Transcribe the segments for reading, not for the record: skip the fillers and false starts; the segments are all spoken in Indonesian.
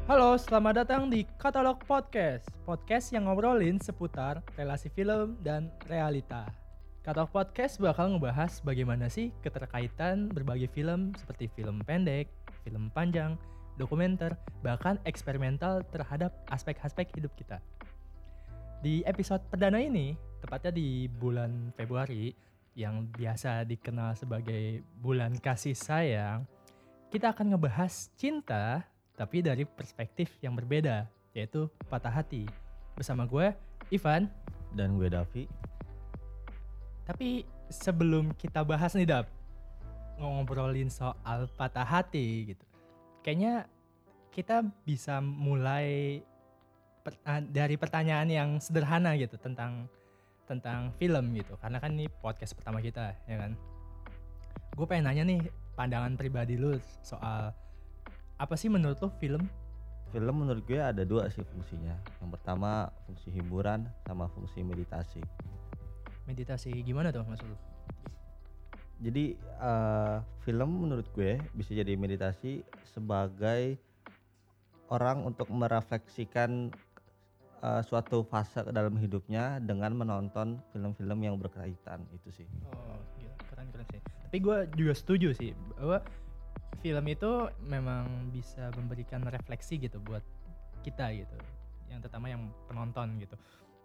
Halo, selamat datang di Katalog Podcast. Podcast yang ngobrolin seputar relasi film dan realita. Katalog Podcast bakal ngebahas bagaimana sih keterkaitan berbagai film seperti film pendek, film panjang, dokumenter, bahkan eksperimental terhadap aspek-aspek hidup kita. Di episode perdana ini, tepatnya di bulan Februari, yang biasa dikenal sebagai bulan kasih sayang, kita akan ngebahas cinta tapi dari perspektif yang berbeda, yaitu patah hati. Bersama gue, Ivan. Dan gue Davi. Tapi sebelum kita bahas nih Dap, ngobrolin soal patah hati gitu, kayaknya kita bisa mulai dari pertanyaan yang sederhana gitu tentang film gitu. Karena kan ini podcast pertama kita, ya kan. Gue pengen nanya nih pandangan pribadi lu soal apa sih menurut lo film? Film menurut gue ada dua sih fungsinya. Yang pertama fungsi hiburan sama fungsi meditasi. Meditasi gimana tuh maksud lo? Jadi film menurut gue bisa jadi meditasi sebagai orang untuk merefleksikan suatu fase dalam hidupnya dengan menonton film-film yang berkaitan itu sih. Oh gila, keren sih. Tapi gue juga setuju sih bahwa film itu memang bisa memberikan refleksi gitu buat kita gitu, yang terutama yang penonton gitu.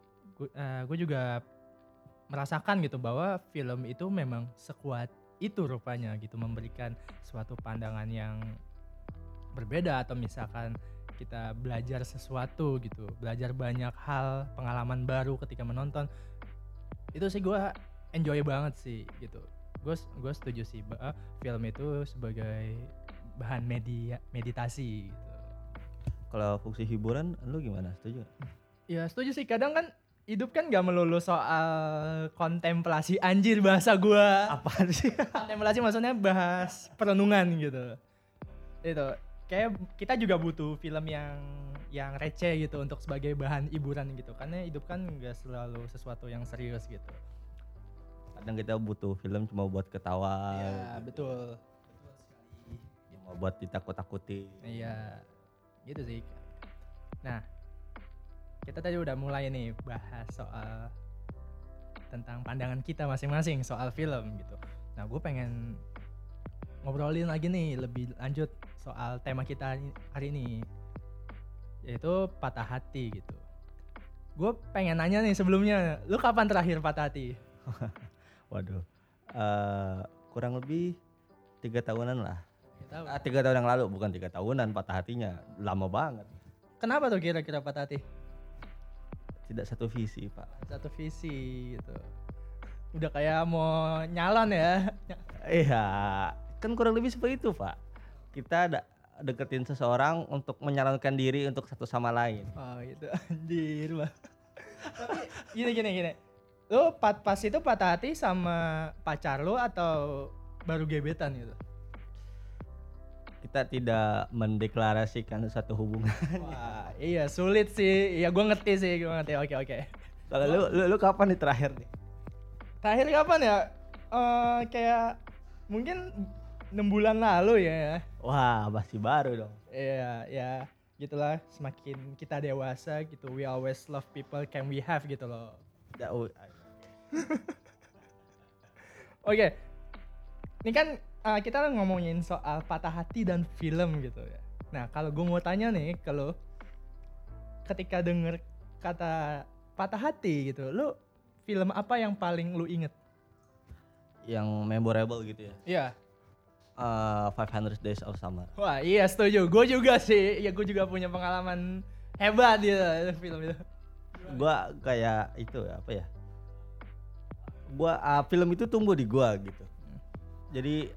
Gue juga merasakan gitu bahwa film itu memang sekuat itu rupanya gitu, memberikan suatu pandangan yang berbeda, atau misalkan kita belajar sesuatu gitu, belajar banyak hal, pengalaman baru ketika menonton. Itu sih gue enjoy banget sih gitu. Gue setuju sih bahwa film itu sebagai bahan meditasi gitu. Kalau fungsi hiburan lu gimana, setuju? Ya setuju sih, kadang kan hidup kan gak melulu soal kontemplasi, anjir bahasa gue. Apaan sih? Kontemplasi maksudnya bahas perenungan gitu. Itu kayak kita juga butuh film yang receh gitu untuk sebagai bahan hiburan gitu, karena hidup kan gak selalu sesuatu yang serius gitu. Kadang kita butuh film cuma buat ketawa. Iya gitu. betul sekali. Cuma buat ditakut-takuti. Iya gitu sih. Nah, kita tadi udah mulai nih bahas soal tentang pandangan kita masing-masing soal film gitu. Nah, gue pengen ngobrolin lagi nih lebih lanjut soal tema kita hari ini, yaitu patah hati gitu. Gue pengen nanya nih sebelumnya, lu kapan terakhir patah hati? Waduh, kurang lebih 3 tahunan lah. 3 3 tahun yang lalu, bukan 3 tahunan patah hatinya, lama banget. Kenapa tuh kira-kira patah hati? Tidak satu visi pak. Satu visi gitu. Udah kayak mau nyalon ya. Iya, kan kurang lebih seperti itu pak. Kita deketin seseorang untuk menyalonkan diri untuk satu sama lain. Oh gitu, anjir Bang. Tapi gini. Lu pas itu patah hati sama pacar lu atau baru gebetan gitu? Kita tidak mendeklarasikan satu hubungan. Wah, iya sulit sih. Iya gue ngerti. Oke. Kalau lu kapan nih terakhir nih? Terakhir kapan ya? Kayak mungkin 6 bulan lalu ya. Wah, masih baru dong. Iya, ya gitulah, semakin kita dewasa gitu, we always love people can we have gitu loh. Oke. Ini kan kita ngomongin soal patah hati dan film gitu ya. Nah, kalau gue mau tanya nih ke lo, ketika denger kata patah hati gitu, lo film apa yang paling lo inget? Yang memorable gitu ya? Iya. 500 Days of Summer. Wah iya setuju, gue juga sih. Ya gue juga punya pengalaman hebat gitu film itu. Gua kayak itu apa ya? Film itu tumbuh di gua gitu. Jadi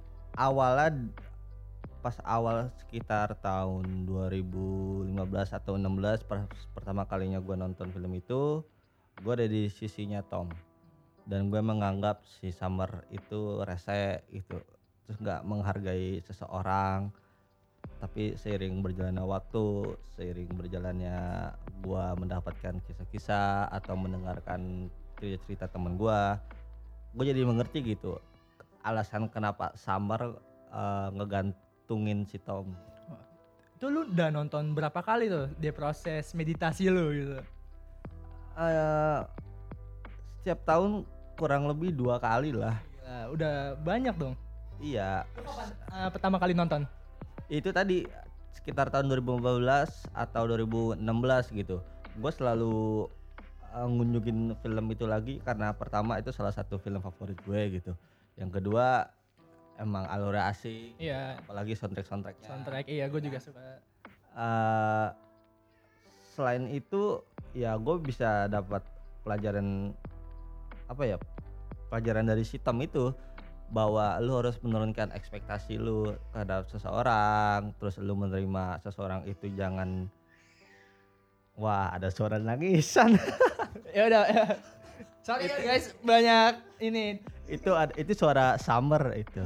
pas awal sekitar tahun 2015 atau 16 pertama kalinya gua nonton film itu, gua ada di sisinya Tom. Dan gue menganggap si Summer itu rese gitu. Terus gak menghargai seseorang. Tapi seiring berjalannya waktu, seiring berjalannya gue mendapatkan kisah-kisah atau mendengarkan cerita-cerita teman gue jadi mengerti gitu alasan kenapa Summer ngegantungin si Tom. Itu lu udah nonton berapa kali tuh di proses meditasi lu gitu? Eh, Setiap tahun kurang lebih 2 kali lah. Gila, udah banyak dong. Iya, Pertama kali nonton? itu tadi sekitar tahun 2015 atau 2016 gitu. Gue selalu ngunjungin film itu lagi karena pertama itu salah satu film favorit gue gitu. Yang kedua emang alurnya asik, Iya. apalagi soundtracknya. Soundtrack, iya gue juga suka. Eh, Selain itu ya gue bisa dapat pelajaran apa ya, pelajaran dari si Tom itu, bahwa lu harus menurunkan ekspektasi lu terhadap seseorang, terus lu menerima seseorang itu jangan, wah ada suara nangisan. Ya udah. Sorry ya guys, banyak ini. Itu suara Summer itu.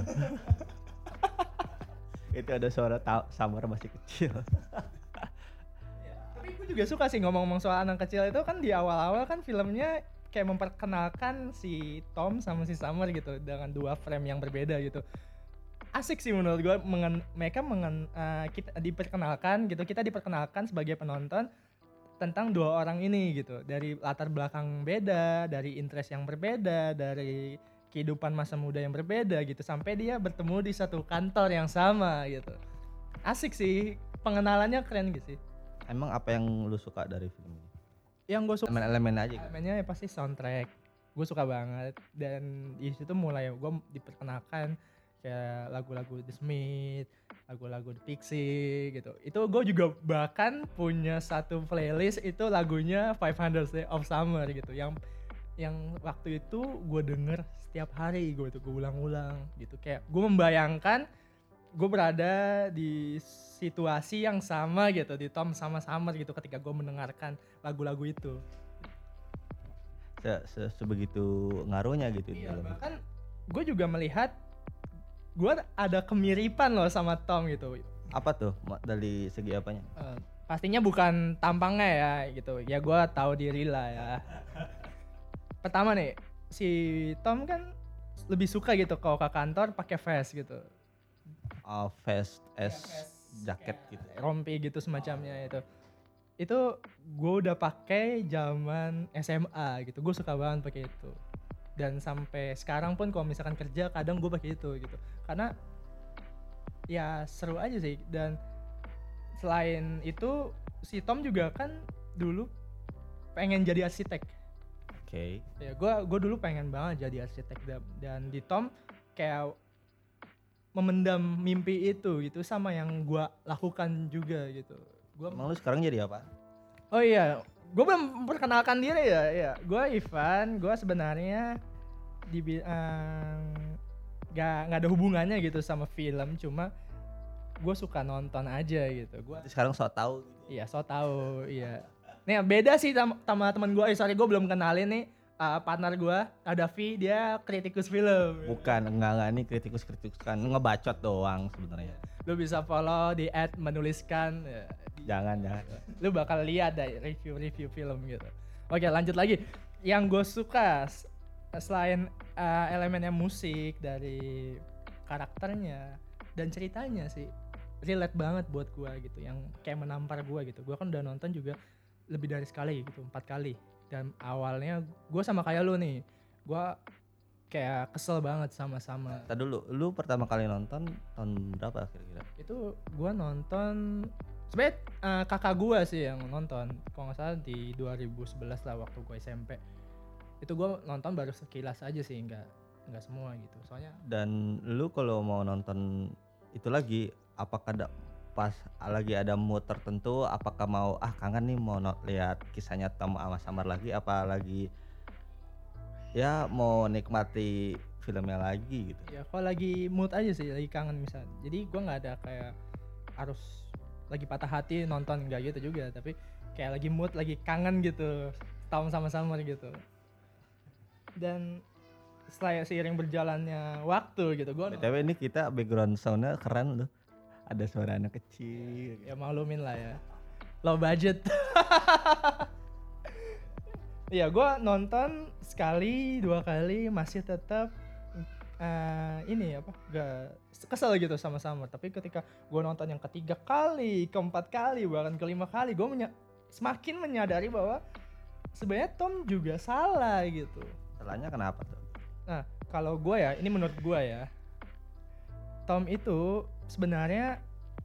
Itu ada suara Summer masih kecil. Tapi gue juga suka sih ngomong-ngomong soal anak kecil itu kan di awal-awal kan filmnya kayak memperkenalkan si Tom sama si Summer gitu dengan dua frame yang berbeda gitu. Asik sih menurut gue, kita diperkenalkan sebagai penonton tentang dua orang ini gitu, dari latar belakang beda, dari interest yang berbeda, dari kehidupan masa muda yang berbeda gitu, sampai dia bertemu di satu kantor yang sama gitu. Asik sih, pengenalannya keren gitu sih. Emang apa yang lu suka dari film ini? Yang gue suka Elemen-elemen aja gitu. elemennya ya pasti soundtrack, gue suka banget, dan di situ mulai gue diperkenalkan kayak lagu-lagu The Smiths, lagu-lagu The Pixies gitu. Itu gue juga bahkan punya satu playlist itu lagunya 500 Days of Summer gitu, yang waktu itu gue denger setiap hari, gue ulang-ulang gitu, kayak gue membayangkan gue berada di situasi yang sama gitu, di Tom sama Summer gitu ketika gue mendengarkan lagu-lagu itu. Sebegitu ngaruhnya gitu di Iya, dalam. bahkan gue juga melihat gue ada kemiripan loh sama Tom gitu. Apa tuh dari segi apanya? Pastinya bukan tampangnya ya gitu. Ya gue tahu diri lah ya. Pertama nih, si Tom kan lebih suka gitu kalau ke kantor pakai vest gitu. Vest jaket gitu. Rompi gitu semacamnya itu. Itu gue udah pakai zaman SMA gitu. Gue suka banget pakai itu. Dan sampai sekarang pun kalau misalkan kerja kadang gue pakai itu gitu, karena ya seru aja sih. Dan selain itu si Tom juga kan dulu pengen jadi arsitek. Oke. Ya gue dulu pengen banget jadi arsitek, dan di Tom kayak memendam mimpi itu gitu, sama yang gue lakukan juga gitu. Emang lu sekarang jadi apa? Oh iya, gue belum memperkenalkan diri ya. Ya, gue Ivan. Gue sebenarnya nggak ada hubungannya gitu sama film, cuma gue suka nonton aja gitu. Gue Sekarang so tau gitu. iya so tau, iya. Nih beda sih sama teman gue. Sorry gue belum kenalin nih, partner gue ada V, dia kritikus film. Bukan, enggak ini kritikus kan ngebacot doang sebenarnya. Lu bisa follow di @menuliskan. Ya. Jangan. Lu bakal lihat deh review film gitu. Oke, lanjut lagi. Yang gue suka selain elemennya musik, dari karakternya dan ceritanya sih relate banget buat gue gitu, yang kayak menampar gue gitu. Gue kan udah nonton juga lebih dari sekali gitu, 4 kali. Dan awalnya gue sama kayak lu nih, gue kayak kesel banget sama-sama. Tadi dulu, lu pertama kali nonton tahun berapa kira-kira? Itu gue nonton sebenarnya kakak gue sih yang nonton, kalau nggak salah di 2011 lah waktu gue SMP. Itu gue nonton baru sekilas aja sih, nggak semua gitu soalnya. Dan lu kalau mau nonton itu lagi, apakah pas lagi ada mood tertentu, apakah mau kangen nih mau lihat kisahnya Tom sama Summer lagi, apa lagi ya mau nikmati filmnya lagi gitu? Ya kalau lagi mood aja sih, lagi kangen misalnya. Jadi gue nggak ada kayak harus lagi patah hati nonton, nggak gitu juga, tapi kayak lagi mood, lagi kangen gitu Tom sama Summer gitu. Dan setelah seiring berjalannya waktu gitu, gue BTW ini kita background soundnya keren loh, ada suara anak kecil. ya maklumin lah ya, low budget. Iya, gue nonton sekali 2 kali masih tetap ini apa gak kesel gitu sama Summer, tapi ketika gue nonton yang ketiga kali, keempat kali, bahkan kelima kali, gue semakin menyadari bahwa sebenarnya Tom juga salah gitu. Salahnya kenapa tuh? Nah kalau gue ya, ini menurut gue ya, Tom itu sebenarnya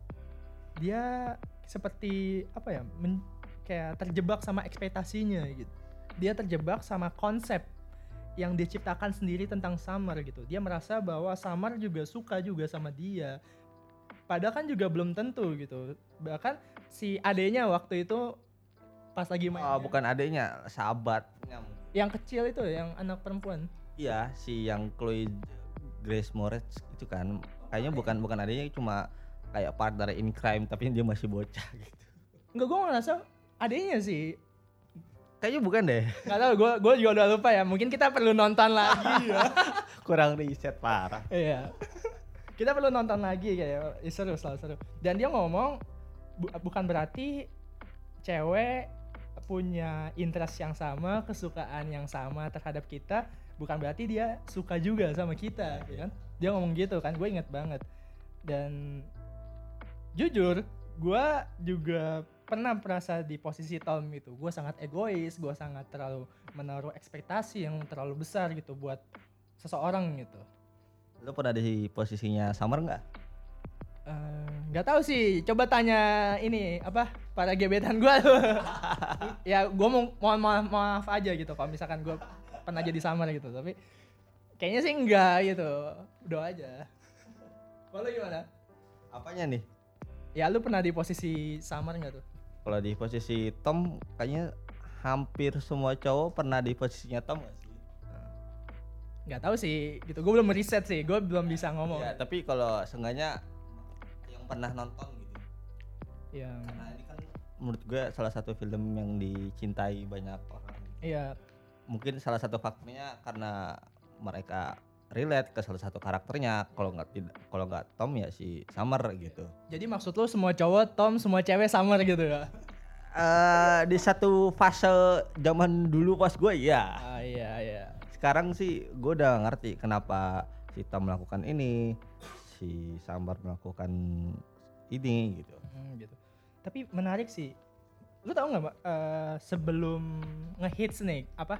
dia seperti apa ya, kayak terjebak sama ekspektasinya gitu. Dia terjebak sama konsep yang dia ciptakan sendiri tentang Summer gitu. Dia merasa bahwa Summer juga suka juga sama dia. Padahal kan juga belum tentu gitu. Bahkan si adenya waktu itu pas lagi main. Oh, bukan adiknya, sahabatnya. Yang kecil itu, yang anak perempuan. Iya, si yang Chloe Grace Moretz itu kan. Kayaknya bukan adiknya, cuma kayak partner in crime tapi dia masih bocah gitu. Enggak, gue ngerasa adenya sih. Kayaknya bukan deh. Nggak tahu, gue juga udah lupa ya. Mungkin kita perlu nonton lagi ya. Kurang riset parah. Iya. Kita perlu nonton lagi kayak seru, selalu seru. Dan dia ngomong bukan berarti cewek punya interest yang sama, kesukaan yang sama terhadap kita, bukan berarti dia suka juga sama kita, ya kan? Dia ngomong gitu kan, gue inget banget. Dan jujur, gue juga pernah merasa di posisi Tom itu. Gue sangat egois, gue sangat terlalu menaruh ekspektasi yang terlalu besar gitu buat seseorang gitu. Lu pernah di posisinya Summer nggak? Nggak tahu sih, coba tanya ini apa para gebetan gue tuh. Ya gue mohon maaf aja gitu kalau misalkan gue pernah jadi Summer gitu, tapi kayaknya sih enggak gitu. Doa aja. Kalau gimana? Apanya nih? Ya lu pernah di posisi Summer nggak tuh? Kalau di posisi Tom, kayaknya hampir semua cowok pernah di posisinya Tom gak sih? Nggak tahu sih, gitu. Gue belum riset sih, gue belum bisa ngomong. Ya, tapi kalau seenggaknya yang pernah nonton gitu. Yang Karena ini kan menurut gue salah satu film yang dicintai banyak orang. iya. Mungkin salah satu faktornya karena mereka relate ke salah satu karakternya. Kalau nggak Tom ya si Summer gitu. Jadi maksud lu semua cowok Tom, semua cewek Summer gitu ya? Di satu fase zaman dulu pas gue ya. Iya. Sekarang sih gue udah ngerti kenapa si Tom melakukan ini, si Summer melakukan ini gitu. Gitu. Tapi menarik sih. Lu tahu nggak, Mbak? Sebelum ngehits nih, apa?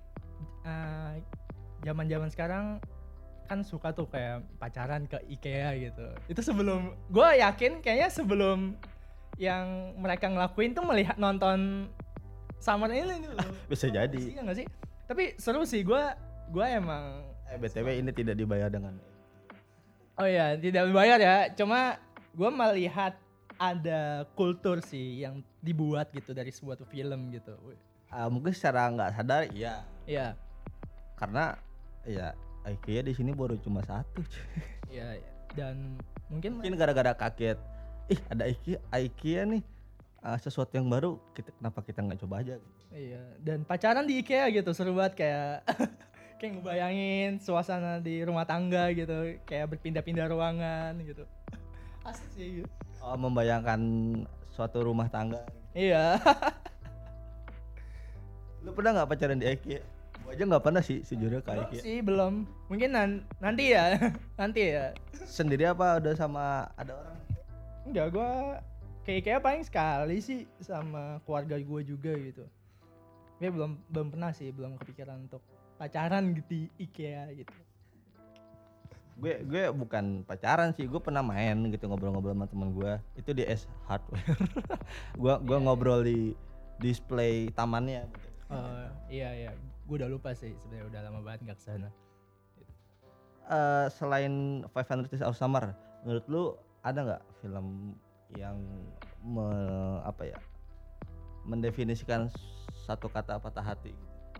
Zaman-zaman sekarang kan suka tuh kayak pacaran ke IKEA gitu. Itu sebelum, gue yakin kayaknya sebelum yang mereka ngelakuin tuh nonton Summer ini dulu. Bisa jadi. Iya nggak sih? Tapi seru sih, gue emang. BTW ini tidak dibayar dengan. Oh iya, tidak dibayar ya. Cuma gue melihat ada kultur sih yang dibuat gitu dari sebuah film gitu. Mungkin secara nggak sadar iya. Iya. Karena ya IKEA di sini baru cuma satu. Iya. Dan mungkin gara-gara kaget. Ih ada IKEA nih. Sesuatu yang baru, kenapa kita nggak coba aja? Iya. Dan pacaran di IKEA gitu seru banget, kayak kayak ngebayangin suasana di rumah tangga gitu, kayak berpindah-pindah ruangan gitu. Asik sih. Gitu. Membayangkan suatu rumah tangga. Iya. Lu pernah nggak pacaran di IKEA? Gua aja nggak pernah sih sejujurnya ke IKEA. Sih belum. Mungkin nanti ya. Nanti ya. Sendiri apa udah sama ada orang? Enggak, gua ke IKEA paling sekali sih sama keluarga gue juga gitu. Gue belum pernah sih, belum kepikiran untuk pacaran gitu di IKEA gitu. Gue bukan pacaran sih, gue pernah main gitu ngobrol-ngobrol sama temen gue. Itu di S Hardware. gue ngobrol di display tamannya. Iya, gue udah lupa sih sebenarnya, udah lama banget nggak kesana. Selain 500 Days of Summer, menurut lu ada nggak film yang mendefinisikan satu kata patah hati?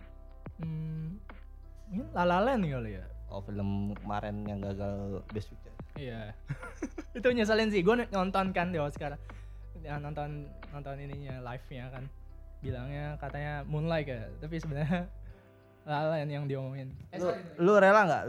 Mungkin La La Land kali ya. Oh, film kemarin yang gagal Best Picture. Iya. Itu nyeselin sih, gue nonton kan di Oscar. Ya, nonton ininya live-nya kan. Bilangnya katanya Moonlight ya, tapi sebenarnya La La Land yang diomongin. Lu rela nggak?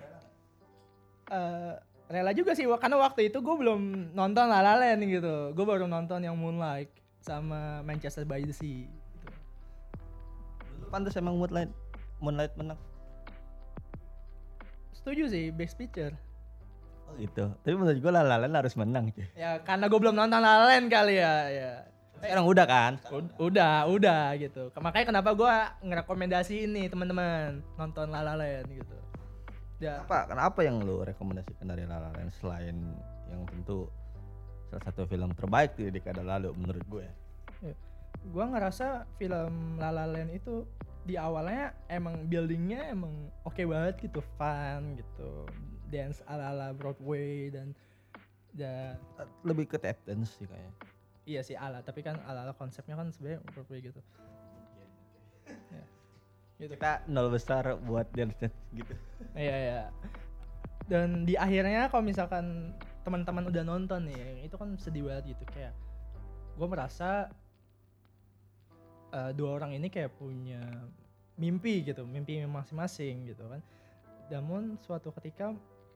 Rela juga sih, karena waktu itu gue belum nonton La La Land gitu. Gue baru nonton yang Moonlight sama Manchester by the Sea gitu. Pantas emang Moonlight menang. setuju sih Best Picture. Oh gitu. Tapi menurut gue La La Land harus menang cuy. Ya karena gue belum nonton La La Land kali ya. Sekarang udah kan? Udah gitu. Makanya kenapa gue ngerekomendasi ini teman-teman nonton La La Land gitu. Ya. Kenapa yang lu rekomendasikan dari La La Land selain yang tentu salah satu film terbaik di dekade lalu menurut gue? Ya. Gue ngerasa film La La Land itu di awalnya emang buildingnya emang oke banget gitu, fun gitu, dance ala Broadway dan lebih ke tap dance sih kayaknya. Iya sih tapi kan ala konsepnya kan sebenarnya Broadway gitu. Ya. Gitu. Kita nol besar buat dance gitu. Iya. Dan di akhirnya kalau misalkan teman-teman udah nonton nih, itu kan sedih banget gitu, kayak gue merasa dua orang ini kayak punya mimpi gitu, mimpi masing-masing gitu kan. Namun suatu ketika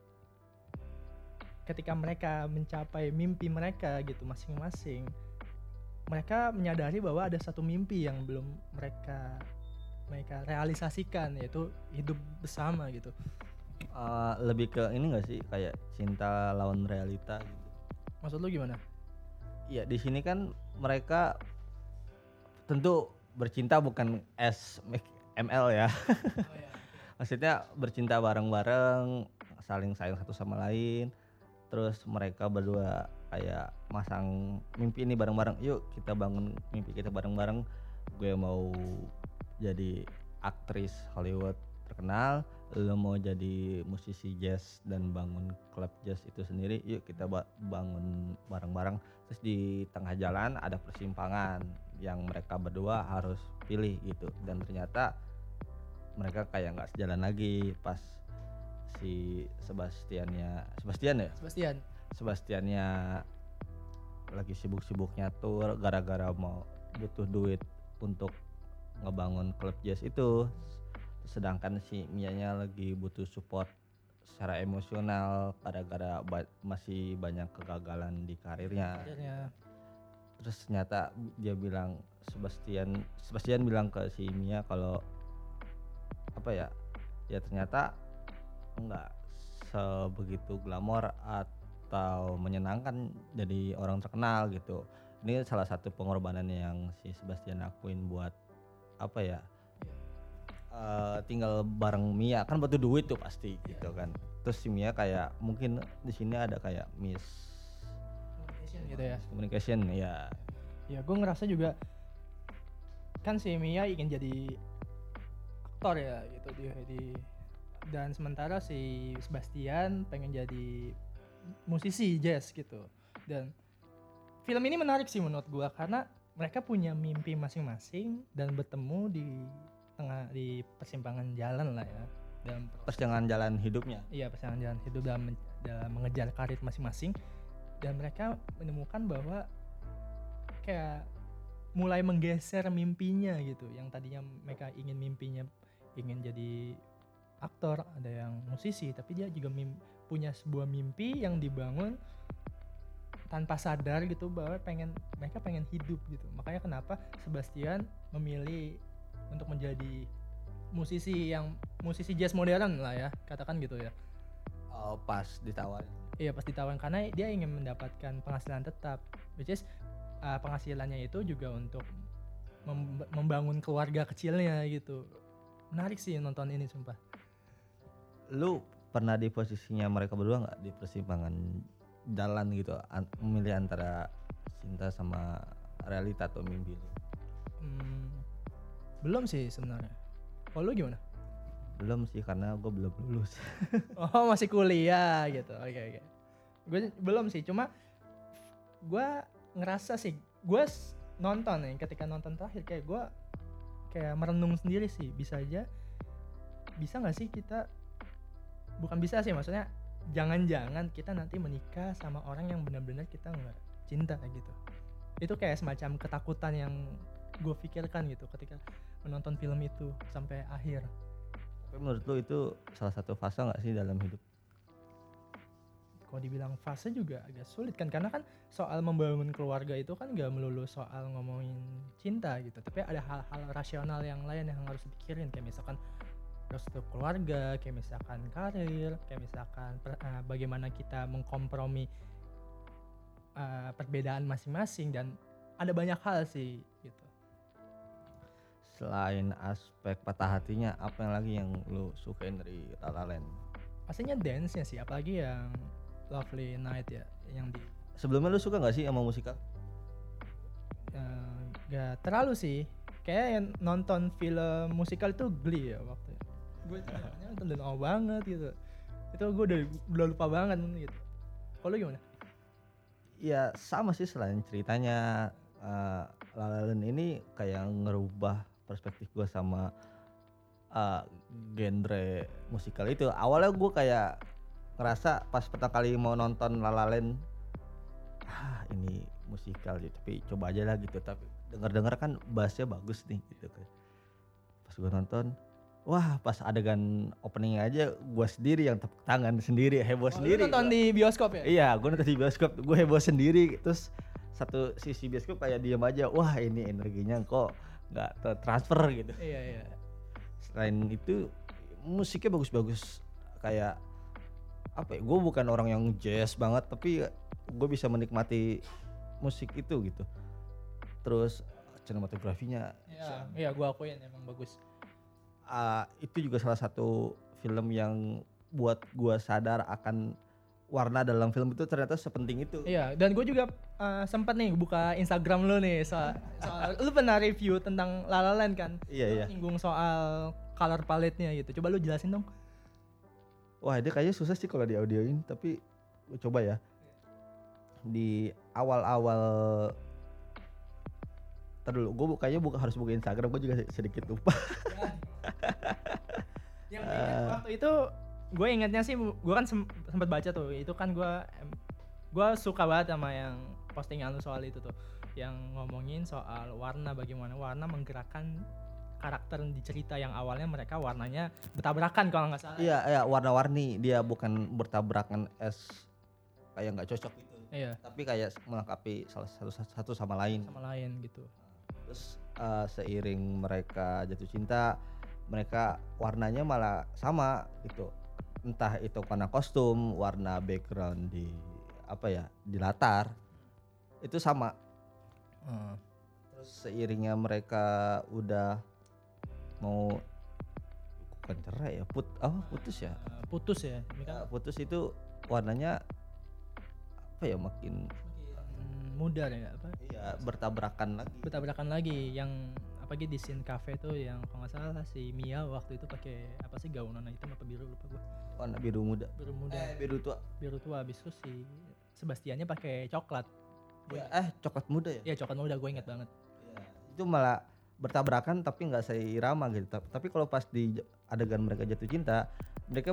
mereka mencapai mimpi mereka gitu masing-masing, mereka menyadari bahwa ada satu mimpi yang belum mereka realisasikan, yaitu hidup bersama gitu. Lebih ke ini nggak sih, kayak cinta lawan realita gitu. Maksud lu gimana? Iya, di sini kan mereka tentu bercinta bukan SML ya. Oh, iya. Maksudnya bercinta bareng-bareng, saling sayang satu sama lain. Terus mereka berdua kayak masang mimpi ini bareng-bareng. Yuk kita bangun mimpi kita bareng-bareng. Gue mau jadi aktris Hollywood terkenal, lo mau jadi musisi jazz dan bangun klub jazz itu sendiri. Yuk kita bangun bareng-bareng. Terus di tengah jalan ada persimpangan yang mereka berdua harus pilih gitu, dan ternyata mereka kayak nggak sejalan lagi pas si Sebastiannya lagi sibuk-sibuknya tur gara-gara mau butuh duit untuk ngebangun klub jazz itu, sedangkan si Mianya lagi butuh support secara emosional gara-gara masih banyak kegagalan di karirnya. Terus ternyata dia bilang, Sebastian bilang ke si Mia kalau apa ya ternyata enggak sebegitu glamor atau menyenangkan jadi orang terkenal gitu. Ini salah satu pengorbanan yang si Sebastian lakuin buat apa ya, tinggal bareng Mia, kan butuh duit tuh pasti gitu kan. Terus si Mia kayak mungkin di sini ada kayak communication ya. Ya gue ngerasa juga kan si Mia ingin jadi aktor ya gitu dan sementara si Sebastian pengen jadi musisi jazz gitu. Dan film ini menarik sih menurut gue karena mereka punya mimpi masing-masing dan bertemu di persimpangan jalan lah ya, dalam persimpangan jalan hidupnya. Iya, persimpangan jalan hidup dalam mengejar karir masing-masing, dan mereka menemukan bahwa kayak mulai menggeser mimpinya gitu. Yang tadinya mereka ingin jadi aktor, ada yang musisi, tapi dia juga punya sebuah mimpi yang dibangun tanpa sadar gitu bahwa mereka pengen hidup gitu. Makanya kenapa Sebastian memilih untuk menjadi musisi jazz modern lah ya, katakan gitu ya. Oh, pas ditawarin. Iya, pas ditawarin karena dia ingin mendapatkan penghasilan tetap, which is penghasilannya itu juga untuk membangun keluarga kecilnya gitu. Menarik sih nonton ini sumpah. Lu pernah di posisinya mereka berdua nggak, di persimpangan jalan gitu, memilih antara cinta sama realita atau mimpi lu? Belum sih sebenarnya. Kalau lu gimana? Belum sih, karena gue belum lulus. Oh, masih kuliah gitu. Oke. Gue belum sih, cuma gue ngerasa sih, gue nonton nih, ketika nonton terakhir kayak gue kayak merenung sendiri sih, bisa nggak sih kita, bukan bisa sih, maksudnya jangan-jangan kita nanti menikah sama orang yang benar-benar kita nggak cinta gitu. Itu kayak semacam ketakutan yang gue pikirkan gitu ketika menonton film itu sampai akhir. Tapi menurut lu itu salah satu fase nggak sih dalam hidup? Kalau dibilang fase juga agak sulit kan, karena kan soal membangun keluarga itu kan gak melulu soal ngomongin cinta gitu, tapi ada hal-hal rasional yang lain yang harus dipikirin, kayak misalkan restu keluarga, kayak misalkan karir, kayak misalkan bagaimana kita mengkompromi perbedaan masing-masing, dan ada banyak hal sih gitu. Selain aspek patah hatinya, apa yang lagi yang lu sukain dari La La Land? Pastinya dance-nya sih, apalagi yang Lovely Night ya, yang di Sebelumnya lu suka gak sih sama musikal? gak terlalu sih, kayak yang nonton film musikal itu Glee ya waktu itu. Gue nonton udah lama banget gitu, itu gue udah lupa banget gitu. Kalau gimana? Ya sama sih, selain ceritanya La La Land ini kayak ngerubah perspektif gue sama genre musikal itu. Awalnya gue kayak ngerasa pas pertama kali mau nonton La La Land, ini musikal gitu, tapi coba aja lah gitu. Tapi denger kan bassnya bagus nih gitu kan. Pas gue nonton, wah pas adegan opening aja gue sendiri yang tepuk tangan sendiri, heboh sendiri. Lu nonton di bioskop ya? Iya, gue nonton di bioskop, gue heboh sendiri. Terus satu sisi bioskop kayak diam aja, wah ini energinya kok nggak transfer gitu. Iya. Selain itu musiknya bagus-bagus, kayak apa ya, gue bukan orang yang jazz banget, tapi gue bisa menikmati musik itu gitu. Terus sinematografinya, iya gue akuin emang bagus. itu juga salah satu film yang buat gue sadar akan warna dalam film itu ternyata sepenting itu. Iya, dan gue juga sempat nih buka Instagram lu nih soal lu pernah review tentang La La Land kan? Iya. Singgung soal color palette-nya gitu. Coba lu jelasin dong. Wah, dia kayaknya susah sih kalau di audioin, tapi gue coba ya. Di awal-awal, ntar dulu, gue harus buka Instagram, gue juga sedikit lupa. Yang waktu itu gue ingatnya sih, gue kan sempat baca tuh, itu kan gue suka banget sama yang postingan lu soal itu tuh, yang ngomongin soal warna, bagaimana warna menggerakkan karakter di cerita yang awalnya mereka warnanya bertabrakan kalau nggak salah. Iya, warna-warni, dia bukan bertabrakan kayak nggak cocok gitu. Iya. Tapi kayak melengkapi salah satu sama lain gitu. Terus seiring mereka jatuh cinta, mereka warnanya malah sama gitu. Entah itu warna kostum, warna background di di latar itu sama. Terus seiringnya mereka udah mau bukan cerai ya, putus ya. Putus itu warnanya makin mudar ya apa? Iya, bertabrakan lagi. Yang apalagi di scene cafe tuh, yang kalau nggak salah si Mia waktu itu pakai apa sih, gaun warna hitam apa biru, lupa gue. Warna biru muda. Biru tua. Habis itu si Sebastiannya pakai coklat. Coklat muda ya? Iya, coklat muda, gue inget banget. Ya, itu malah bertabrakan tapi nggak seirama gitu. Tapi kalau pas di adegan mereka jatuh cinta, mereka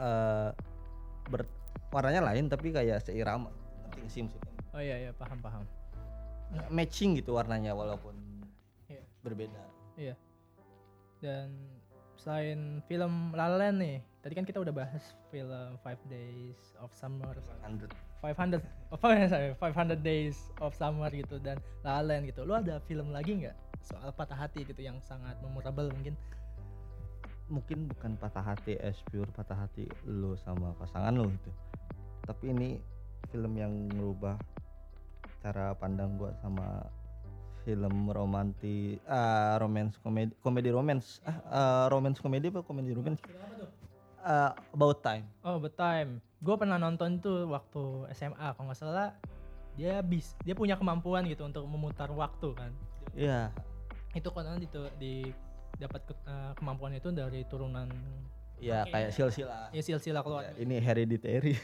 warnanya lain tapi kayak seirama. Ngerti nggak sih maksudnya? Oh iya, paham. Matching gitu warnanya walaupun berbeda. Iya. Dan selain film La La Land nih, tadi kan kita udah bahas film 5 Days of Summer, 500 Days of Summer gitu, dan La La Land gitu. Lu ada film lagi nggak soal patah hati gitu yang sangat memorable mungkin? Mungkin bukan patah hati pure patah hati lu sama pasangan lu gitu. Tapi ini film yang merubah cara pandang gua sama film romance komedi romance. Romance komedi apa komedi romance? About Time. About Time. Gue pernah nonton tuh waktu SMA, kalau nggak salah. Dia punya kemampuan gitu untuk memutar waktu kan. Iya. Itu kan dapat kemampuan itu dari turunan. Iya, kayak silsilah. Iya, silsilah keluarga. Ini hereditary.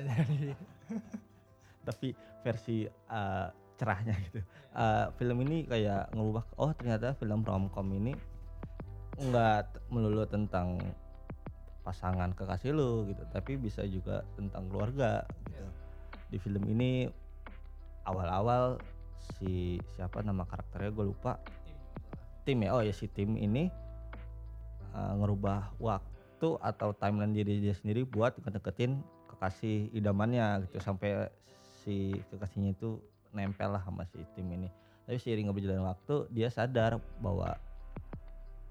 Tapi versi cerahnya gitu. Film ini kayak ngubah, ternyata film romcom ini nggak melulu tentang pasangan kekasih lu gitu, tapi bisa juga tentang keluarga gitu. Di film ini awal-awal siapa nama karakternya gue lupa. Tim ya, si Tim ini ngerubah waktu atau timeline diri dia sendiri buat ngedeketin kekasih idamannya gitu, sampai si kekasihnya itu nempel lah sama si Tim ini. Tapi seiring berjalan waktu dia sadar bahwa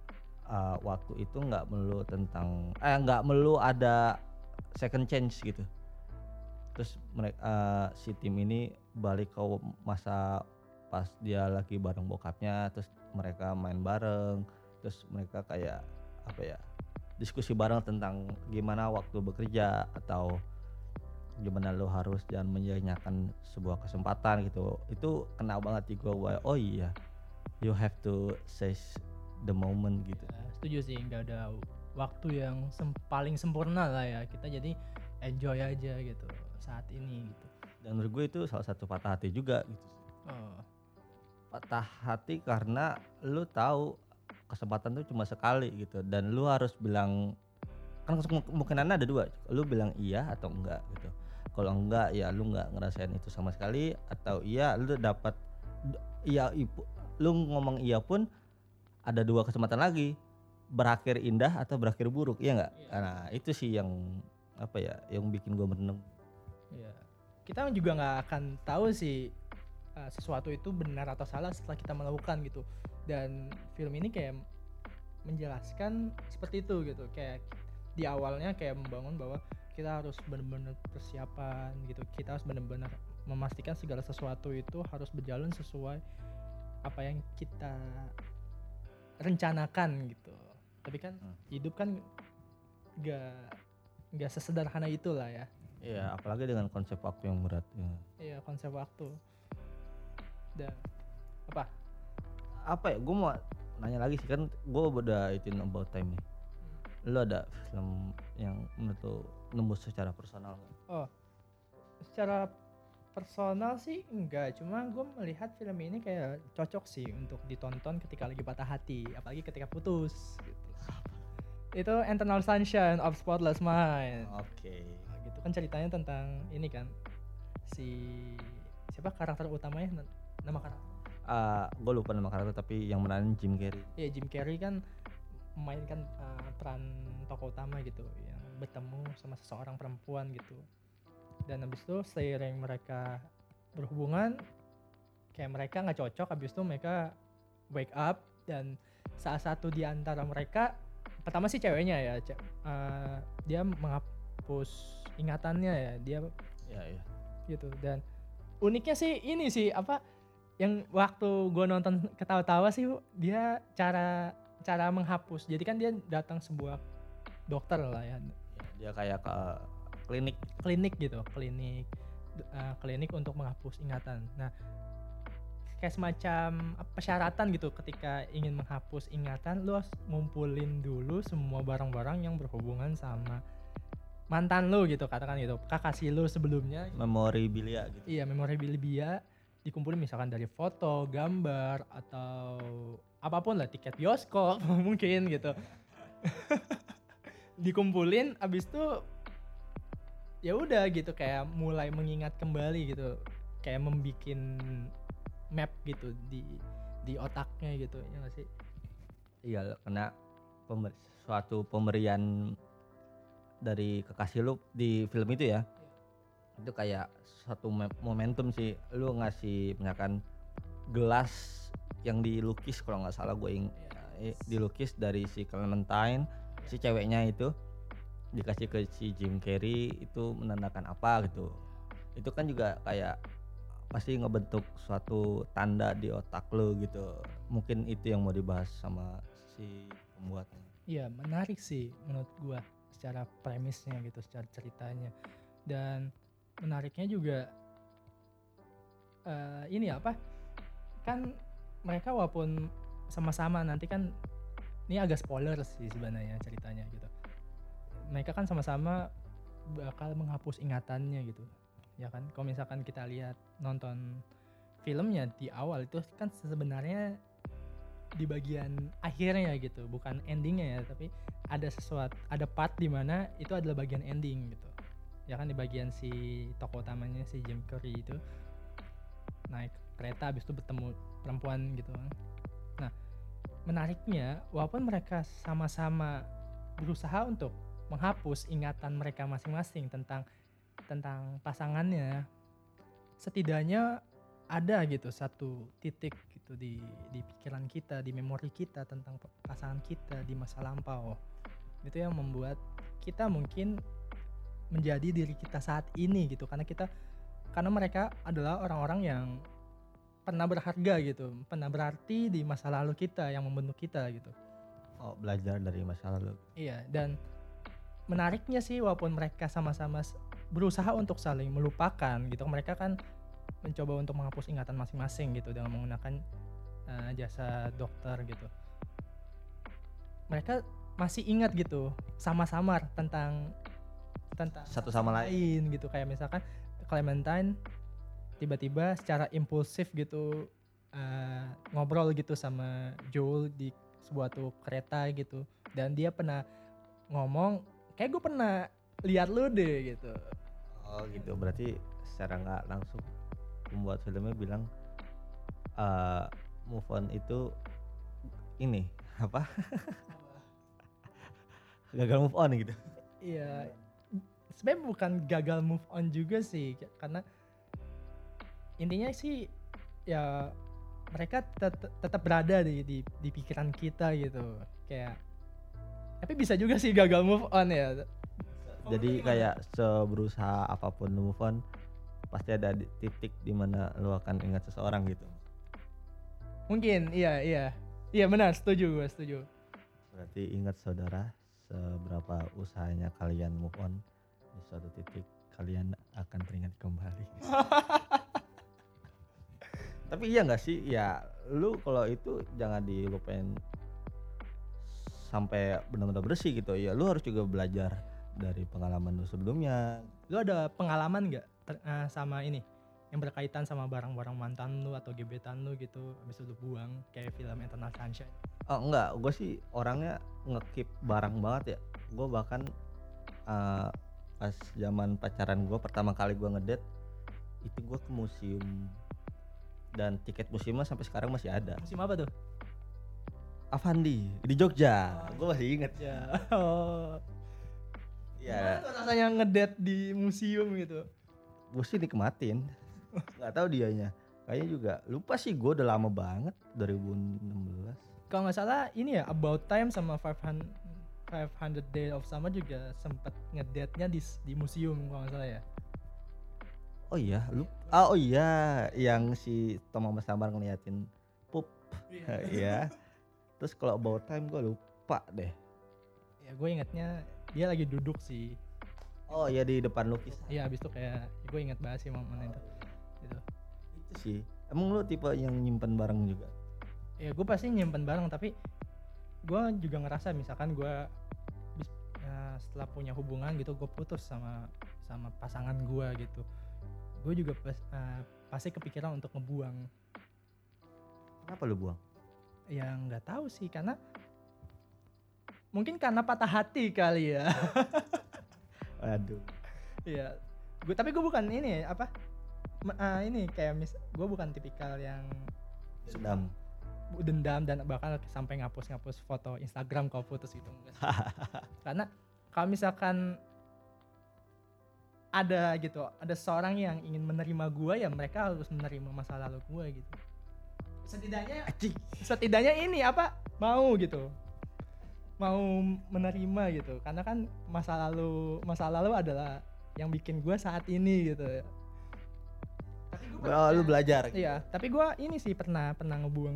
waktu itu nggak melulu nggak melulu ada second chance gitu. Terus mereka si tim ini balik ke masa pas dia lagi bareng bokapnya, terus mereka main bareng, terus mereka kayak apa ya, diskusi bareng tentang gimana waktu bekerja atau gimana lo harus jangan menyanyiakan sebuah kesempatan gitu. Itu kena banget di gua, oh iya, you have to seize the moment gitu. Setuju sih, nggak ada waktu yang paling sempurna lah ya, kita jadi enjoy aja gitu saat ini gitu. Dan menurut gue itu salah satu patah hati juga gitu. Patah hati karena lu tahu kesempatan tuh cuma sekali gitu, dan lu harus bilang, kan kemungkinannya ada dua, lu bilang iya atau enggak gitu. Kalau enggak ya lu enggak ngerasain itu sama sekali, atau iya lu dapat lu ngomong iya pun ada dua kesempatan lagi, berakhir indah atau berakhir buruk, iya enggak? Nah itu sih yang apa ya, yang bikin gue merenung. Iya. Kita juga nggak akan tahu sih sesuatu itu benar atau salah setelah kita melakukan gitu. Dan film ini kayak menjelaskan seperti itu gitu. Kayak di awalnya kayak membangun bahwa kita harus benar-benar persiapan gitu. Kita harus benar-benar memastikan segala sesuatu itu harus berjalan sesuai apa yang kita rencanakan gitu. Tapi kan hidup kan nggak sesederhana itulah ya. Iya, apalagi dengan konsep waktu yang berat. Iya, konsep waktu. Dan apa ya, gue mau nanya lagi sih, kan gue udah itin About Time nih. Lu ada film yang menurut lu nembus secara personal gak? Oh, secara personal sih enggak, cuma gue melihat film ini kayak cocok sih untuk ditonton ketika lagi patah hati, apalagi ketika putus gitu. Itu Eternal Sunshine of Spotless Mind. Oke. Gitu kan ceritanya tentang ini kan, siapa karakter utamanya, nama karakter? Gue lupa nama karakter, tapi yang meranin Jim Carrey. Iya, Jim Carrey kan memainkan peran tokoh utama gitu, yang bertemu sama seseorang perempuan gitu. Dan habis itu seiring mereka berhubungan, kayak mereka nggak cocok, habis itu mereka wake up, dan salah satu di antara mereka, pertama sih ceweknya ya, dia menghapus ingatannya ya, dia gitu. Dan uniknya sih ini sih apa yang waktu gue nonton ketawa-tawa sih, dia cara menghapus. Jadi kan dia datang sebuah dokter lah ya, dia kayak ke klinik gitu, klinik untuk menghapus ingatan. Nah, kayak semacam persyaratan gitu, ketika ingin menghapus ingatan lu harus ngumpulin dulu semua barang-barang yang berhubungan sama mantan lu gitu, katakan gitu, kakasih lu sebelumnya, memorabilia gitu. Iya, memorabilia dikumpulin, misalkan dari foto, gambar, atau apapun lah, tiket bioskop mungkin gitu. Dikumpulin, abis itu ya udah gitu, kayak mulai mengingat kembali gitu, kayak membikin map gitu di otaknya gitu, ya nggak sih? Iya, karena suatu pemberian dari kekasih lu di film itu ya, itu kayak satu momentum sih. Lu ngasih misalkan gelas yang dilukis, kalau nggak salah gue dilukis dari si Clementine, si ceweknya itu dikasih ke si Jim Carrey, itu menandakan apa gitu. Itu kan juga kayak pasti ngebentuk suatu tanda di otak lo gitu. Mungkin itu yang mau dibahas sama si pembuatnya. Iya, menarik sih menurut gua secara premisnya gitu, secara ceritanya. Dan menariknya juga ini apa, kan mereka walaupun sama-sama, nanti kan ini agak spoiler sih sebenarnya ceritanya gitu, mereka kan sama-sama bakal menghapus ingatannya gitu ya kan. Kalau misalkan kita lihat nonton filmnya di awal itu kan sebenarnya di bagian akhirnya gitu, bukan endingnya ya, tapi ada part di mana itu adalah bagian ending gitu ya kan, di bagian si tokoh utamanya si Jim Carrey itu naik kereta habis itu bertemu perempuan gitu kan. Nah, menariknya walaupun mereka sama-sama berusaha untuk menghapus ingatan mereka masing-masing tentang pasangannya, setidaknya ada gitu satu titik gitu gitu di pikiran kita, di memori kita tentang pasangan kita di masa lampau. Itu yang membuat kita mungkin menjadi diri kita saat ini gitu, karena mereka adalah orang-orang yang pernah berharga gitu, pernah berarti di masa lalu kita yang membentuk kita gitu. Oh, belajar dari masa lalu. Iya, dan menariknya sih walaupun mereka sama-sama berusaha untuk saling melupakan gitu, mereka kan mencoba untuk menghapus ingatan masing-masing gitu dengan menggunakan jasa dokter gitu. Mereka masih ingat gitu sama-sama tentang Satu sama lain gitu, kayak misalkan Clementine tiba-tiba secara impulsif gitu ngobrol gitu sama Joel di sebuah tuh kereta gitu, dan dia pernah ngomong kayak gue pernah lihat lu deh gitu. Oh gitu, berarti secara nggak langsung pembuat filmnya bilang move on itu ini apa gagal move on gitu. Iya, sebenarnya bukan gagal move on juga sih, karena intinya sih ya mereka tetap berada di pikiran kita gitu, kayak tapi bisa juga sih gagal move on ya. Jadi kayak seberusaha apapun lu move on, pasti ada titik di mana lu akan ingat seseorang gitu. Mungkin iya benar, setuju. Berarti ingat saudara, seberapa usahanya kalian move on, di suatu titik kalian akan teringat kembali. Tapi iya nggak sih, ya lu kalau itu jangan dilupain sampai benar-benar bersih gitu ya. Lu harus juga belajar dari pengalaman lu sebelumnya. Lu ada pengalaman nggak sama ini yang berkaitan sama barang-barang mantan lu atau gebetan lu gitu, habis itu lu buang kayak film Eternal Sunshine? Oh enggak, gue sih orangnya nge-keep barang banget ya. Gue bahkan pas zaman pacaran gue pertama kali gue ngedate, itu gue ke museum, dan tiket museumnya sampai sekarang masih ada. Musim apa tuh? Avandi di Jogja. Gue masih inget. Ya. Oh. Ya, Gimana tuh rasanya ngedate di museum gitu? gue sih nikmatin. Nggak tahu dianya. Kayaknya juga lupa sih, gue udah lama banget 2016. Kalau nggak salah ini ya About Time sama 500 Days of Summer juga sempet ngedate-nya di museum kalau nggak salah ya. Oh iya, oh iya, yang si Tom sama Samar ngeliatin pup. Iya. Terus kalau About Time gue lupa deh. Ya gue ingatnya dia lagi duduk sih. Oh iya, di depan lukisan. Iya, abis itu kayak gue ingat banget sih momen itu. Gitu. Itu sih. Emang lu tipe yang nyimpen barang juga? Ya gue pasti nyimpen barang, tapi gue juga ngerasa misalkan gue setelah punya hubungan gitu, gue putus sama pasangan gue gitu, gue juga pasti kepikiran untuk ngebuang. Kenapa lu buang? Ya nggak tahu sih, mungkin karena patah hati kali ya. Waduh. Iya, tapi gue bukan ini apa ini kayak gue bukan tipikal yang dendam dan bahkan sampai ngapus foto Instagram kalau putus gitu, enggak sih. Karena kalau misalkan ada seorang yang ingin menerima gue, ya mereka harus menerima masa lalu gue gitu. Setidaknya ini apa mau menerima gitu, karena kan masa lalu adalah yang bikin gue saat ini gitu. Lu belajar gitu. Iya, tapi gue ini sih pernah ngebuang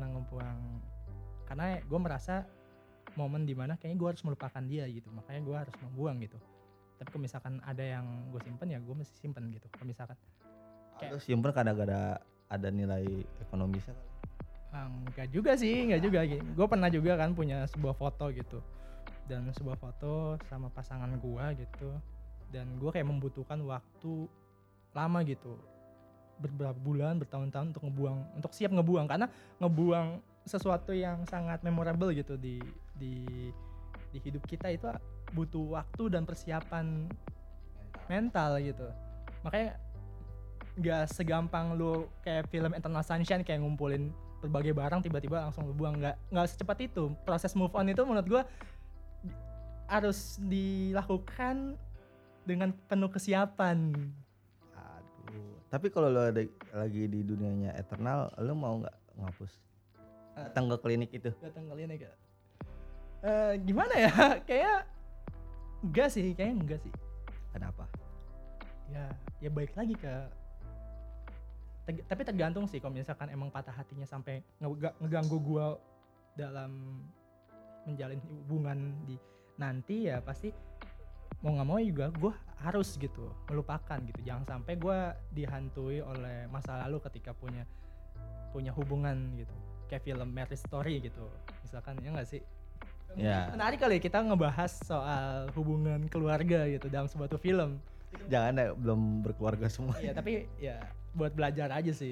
karena gue merasa momen dimana kayaknya gue harus melupakan dia gitu, makanya gue harus membuang gitu. Tapi kalau misalkan ada yang gue simpen, ya gue mesti simpen gitu. Kalau misalkan lu simpen karena gak ada nilai ekonomisnya kan? Enggak juga sih. Gue pernah juga kan punya sebuah foto gitu, dan sebuah foto sama pasangan gue gitu, dan gue kayak membutuhkan waktu lama gitu, beberapa bulan, bertahun-tahun untuk siap ngebuang, karena ngebuang sesuatu yang sangat memorable gitu di hidup kita itu butuh waktu dan persiapan mental gitu. Makanya nggak segampang lu kayak film Eternal Sunshine kayak ngumpulin berbagai barang tiba-tiba langsung lu buang, nggak secepat itu. Proses move on itu menurut gue harus dilakukan dengan penuh kesiapan. Aduh. Tapi kalau lu lagi di dunianya Eternal, lu mau nggak ngapus. Datang ke klinik itu. Datang ke klinik ya. Gimana ya? Kayaknya enggak sih. Kenapa? Ya baik lagi ke tapi tergantung sih, kalau misalkan emang patah hatinya sampai ngeganggu gua dalam menjalin hubungan di nanti, ya pasti mau nggak mau juga gua harus gitu melupakan gitu. Jangan sampai gua dihantui oleh masa lalu ketika punya hubungan gitu, kayak film Marriage Story gitu misalkan, ya nggak sih? Ya. Menarik kali kita ngebahas soal hubungan keluarga gitu dalam sebuah film. Jangan deh, belum berkeluarga semua. Iya, tapi ya buat belajar aja sih.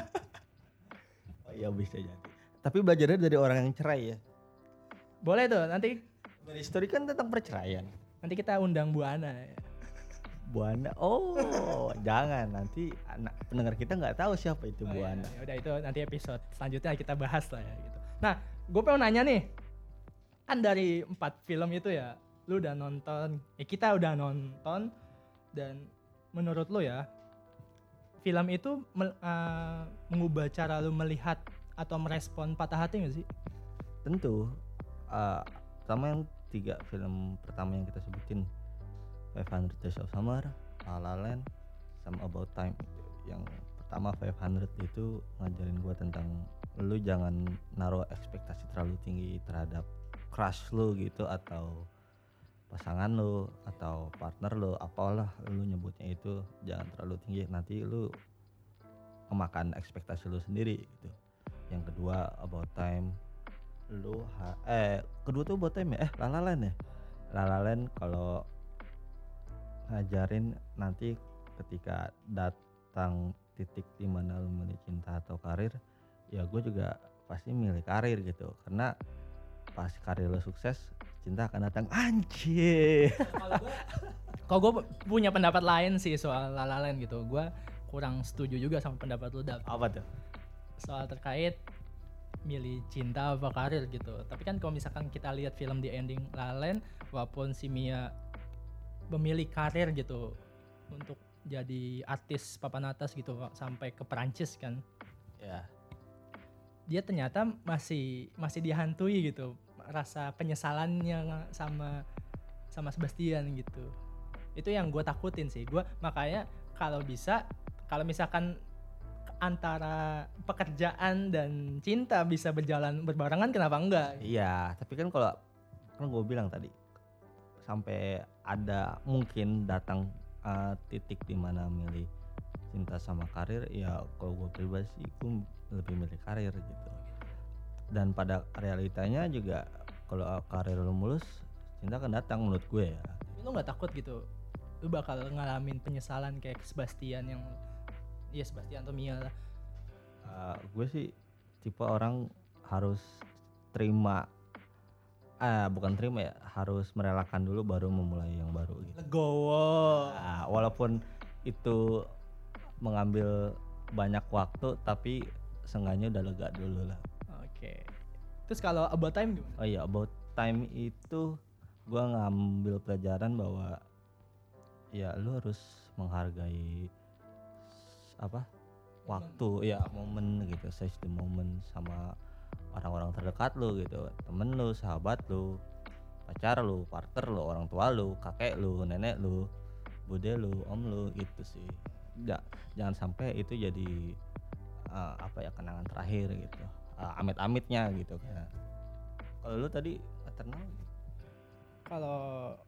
Oh iya, bisa jadi. Tapi belajarnya dari orang yang cerai ya. Boleh tuh, nanti Dari story kan tentang perceraian. kita undang Bu Ana ya. Bu Ana. Oh, jangan, nanti anak pendengar kita nggak tahu siapa itu Bu Ana. Ya udah, itu nanti episode selanjutnya kita bahas lah ya gitu. Nah, gue pengen nanya nih, kan dari 4 film itu ya, lu udah nonton, kita udah nonton, dan menurut lu ya, film itu mengubah cara lu melihat atau merespon patah hati gak sih? Tentu. Sama yang 3 film pertama yang kita sebutin, 500 Days of Summer, La La Land, sama About Time. Yang pertama 500 itu ngajarin gua tentang lu jangan naruh ekspektasi terlalu tinggi terhadap crush lu gitu, atau pasangan lu atau partner lu, apalah lu nyebutnya itu, jangan terlalu tinggi, nanti lu memakan ekspektasi lu sendiri gitu. Yang kedua About Time, lu kedua tuh About Time ya, La La Land ya. La La Land kalau ngajarin nanti ketika datang titik di mana lu milih cinta atau karir, ya gue juga pasti milih karir gitu, karena pas karir lu sukses, cinta akan datang. Anjir. Kalau gue punya pendapat lain sih soal La La Land gitu. Gue kurang setuju juga sama pendapat lu, Dap. Apa tuh? Soal terkait milih cinta apa karir gitu. Tapi kan kalau misalkan kita lihat film di ending La La Land, walaupun si Mia memilih karir gitu untuk jadi artis papan atas gitu sampai ke Perancis kan. Ya. Dia ternyata masih dihantui gitu rasa penyesalannya sama Sebastian gitu. Itu yang gue takutin sih. Gue makanya kalau misalkan antara pekerjaan dan cinta bisa berjalan berbarengan, kenapa enggak? Iya, tapi kan kalau gue bilang tadi, sampai ada mungkin datang titik di mana milih cinta sama karir, ya kalau gue pribadi sih gue lebih milih karir gitu. Dan pada realitanya juga kalau karir lu mulus, cinta akan datang menurut gue ya. Lu nggak takut gitu lu bakal ngalamin penyesalan kayak Sebastian atau Mia lah? Gue sih tipe orang harus terima, bukan terima ya, harus merelakan dulu baru memulai yang baru gitu. Legowo. Walaupun itu mengambil banyak waktu, tapi seenggaknya udah lega dulu lah. Oke. Terus kalau About Time gimana? Oh iya, About Time itu gue ngambil pelajaran bahwa ya lu harus menghargai waktu, ya momen gitu, seize the moment sama orang-orang terdekat lu gitu, temen lu, sahabat lu, pacar lu, partner lu, orang tua lu, kakek lu, nenek lu, bude lu, om lu gitu sih. Jangan sampai itu jadi kenangan terakhir gitu, amit-amitnya gitu kan. Kalau lu tadi Eternal kalau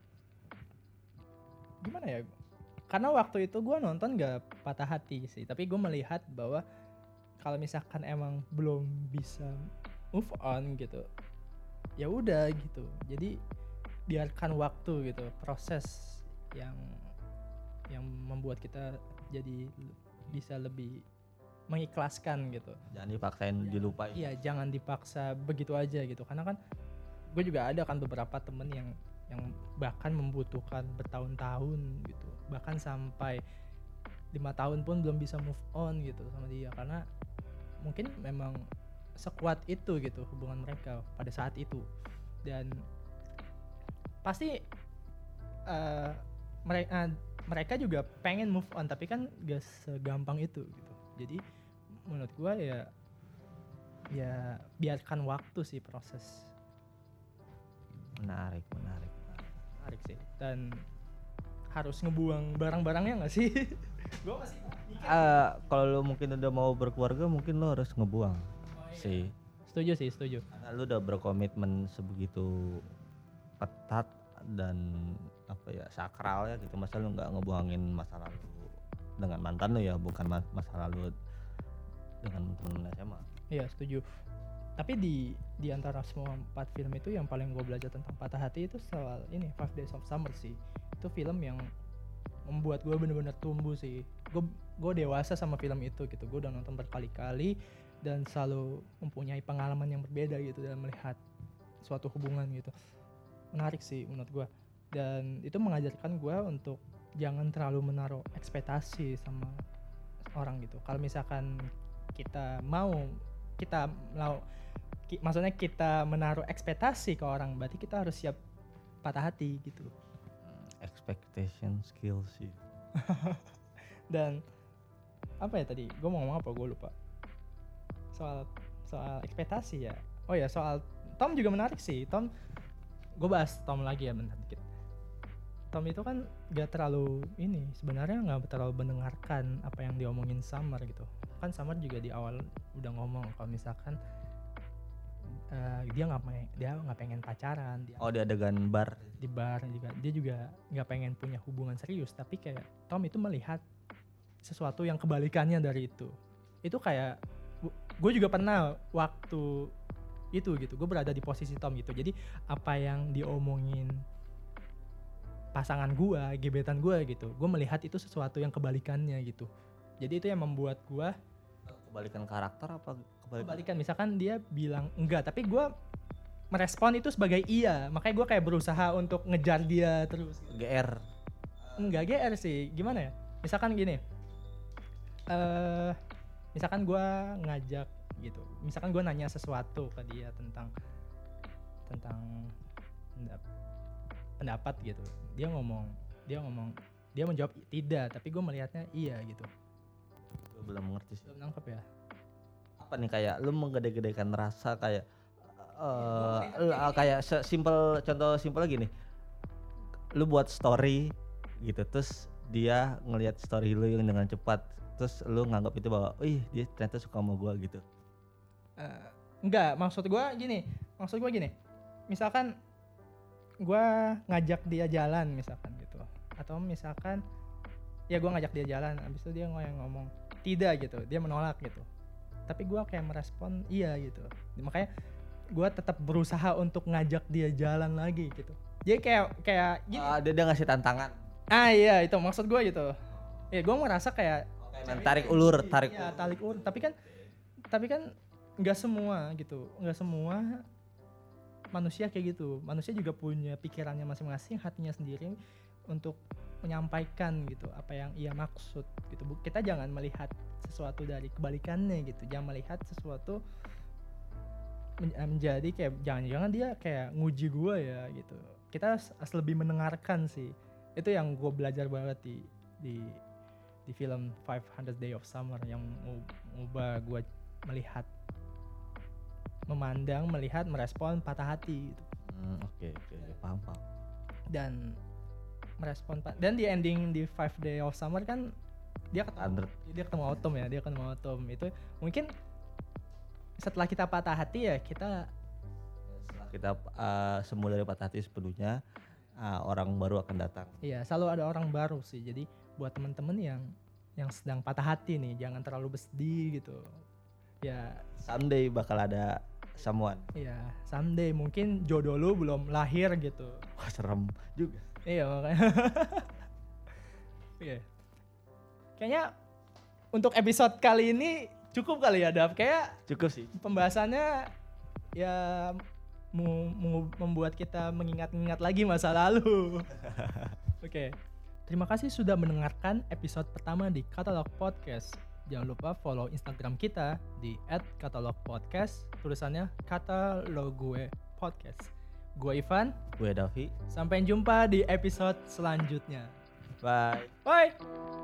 gimana ya, karena waktu itu gue nonton gak patah hati sih, tapi gue melihat bahwa kalau misalkan emang belum bisa move on gitu, ya udah gitu, jadi biarkan waktu gitu, proses yang membuat kita jadi bisa lebih mengikhlaskan gitu. Jangan dipaksain dilupain. Iya, jangan dipaksa begitu aja gitu, karena kan gue juga ada kan beberapa temen yang bahkan membutuhkan bertahun-tahun gitu, bahkan sampai 5 tahun pun belum bisa move on gitu sama dia, karena mungkin memang sekuat itu gitu hubungan mereka pada saat itu. Dan pasti mereka juga pengen move on, tapi kan gak segampang itu gitu. Jadi menurut gue ya ya biarkan waktu sih proses. Menarik. Menarik sih. Dan harus ngebuang barang-barangnya nggak sih? Gue masih Kalau lu mungkin udah mau berkeluarga, mungkin lu harus ngebuang sih. setuju. Karena lu udah berkomitmen sebegitu ketat dan apa ya, sakral ya gitu. Masa lu nggak ngebuangin masa lalu dengan mantan lu ya, bukan masa lalu dengan temen SMA. Iya setuju. Tapi di antara semua 4 film itu yang paling gue belajar tentang patah hati itu soal ini 5 Days of Summer sih. Itu film yang membuat gue bener-bener tumbuh sih. Gue dewasa sama film itu gitu. Gue udah nonton berkali-kali dan selalu mempunyai pengalaman yang berbeda gitu dalam melihat suatu hubungan gitu. Menarik sih menurut gue. Dan itu mengajarkan gue untuk jangan terlalu menaruh ekspektasi sama orang gitu. Kalau misalkan maksudnya kita menaruh ekspektasi ke orang, berarti kita harus siap patah hati gitu. Expectation skill sih. Dan apa ya tadi? Gue mau ngomong apa? Gue lupa. Soal ekspektasi ya. Oh ya, soal Tom juga menarik sih. Tom, gue bahas Tom lagi ya bentar dikit. Tom itu kan sebenarnya nggak terlalu mendengarkan apa yang diomongin Summer gitu. Kan Summer juga di awal udah ngomong kalau misalkan dia nggak pengen pacaran. Di adegan bar. Di bar juga dia juga nggak pengen punya hubungan serius. Tapi kayak Tom itu melihat sesuatu yang kebalikannya dari itu. Itu kayak gue juga pernah waktu itu gitu. Gue berada di posisi Tom gitu. Jadi apa yang diomongin pasangan gue, gebetan gue gitu, gue melihat itu sesuatu yang kebalikannya gitu. Jadi itu yang membuat gue kebalikan karakter apa kebalikan, misalkan dia bilang enggak tapi gue merespon itu sebagai iya, makanya gue kayak berusaha untuk ngejar dia terus gitu. GR enggak GR sih, gimana ya, misalkan gini, misalkan gue ngajak gitu, misalkan gue nanya sesuatu ke dia tentang pendapat gitu, dia menjawab tidak, tapi gue melihatnya iya gitu. Gue belum mengerti sih. Belum nangkep ya. Apa nih, kayak lu menggede-gedekan rasa kayak kayak contoh simpel gini, lu buat story gitu, terus dia ngelihat story lu yang dengan cepat, terus lu nganggap itu bahwa dia ternyata suka sama gua gitu. Enggak, maksud gua gini, misalkan gua ngajak dia jalan misalkan gitu, atau misalkan ya gua ngajak dia jalan, abis itu dia ngomong tidak gitu, dia menolak gitu, tapi gue kayak merespon iya gitu, makanya gue tetap berusaha untuk ngajak dia jalan lagi gitu. Jadi kayak gini, dia ngasih tantangan. Iya itu maksud gue gitu ya, gue merasa kayak tarik ulur. Tapi kan nggak semua manusia kayak gitu. Manusia juga punya pikirannya masing-masing, hatinya sendiri untuk menyampaikan gitu apa yang ia maksud gitu. Kita jangan melihat sesuatu dari kebalikannya gitu, jangan melihat sesuatu menjadi kayak jangan-jangan dia kayak nguji gue ya gitu. Kita harus lebih mendengarkan sih. Itu yang gue belajar banget di film 500 Days of Summer, yang ngubah gue memandang, melihat, merespon patah hati gitu. Oke, paham. Dan merespon dan di ending di 5 Days of Summer kan dia ketemu Autumn itu mungkin setelah kita patah hati ya kita semua dari patah hati sepenuhnya, orang baru akan datang. Iya, selalu ada orang baru sih. Jadi buat teman-teman yang sedang patah hati nih, jangan terlalu bersedih gitu ya, someday bakal ada someone. Iya, someday mungkin jodoh lu belum lahir gitu. Wah, serem juga. Iya makanya. Iya. Kayaknya untuk episode kali ini cukup kali ya, Dav. Kayak cukup sih. Pembahasannya ya membuat kita mengingat-ingat lagi masa lalu. Oke. Terima kasih sudah mendengarkan episode pertama di Katalog Podcast. Jangan lupa follow Instagram kita di @katalogpodcast. Tulisannya Katalogue Podcast. Gue Ivan. Gue Davi. Sampai jumpa di episode selanjutnya. Bye. Bye.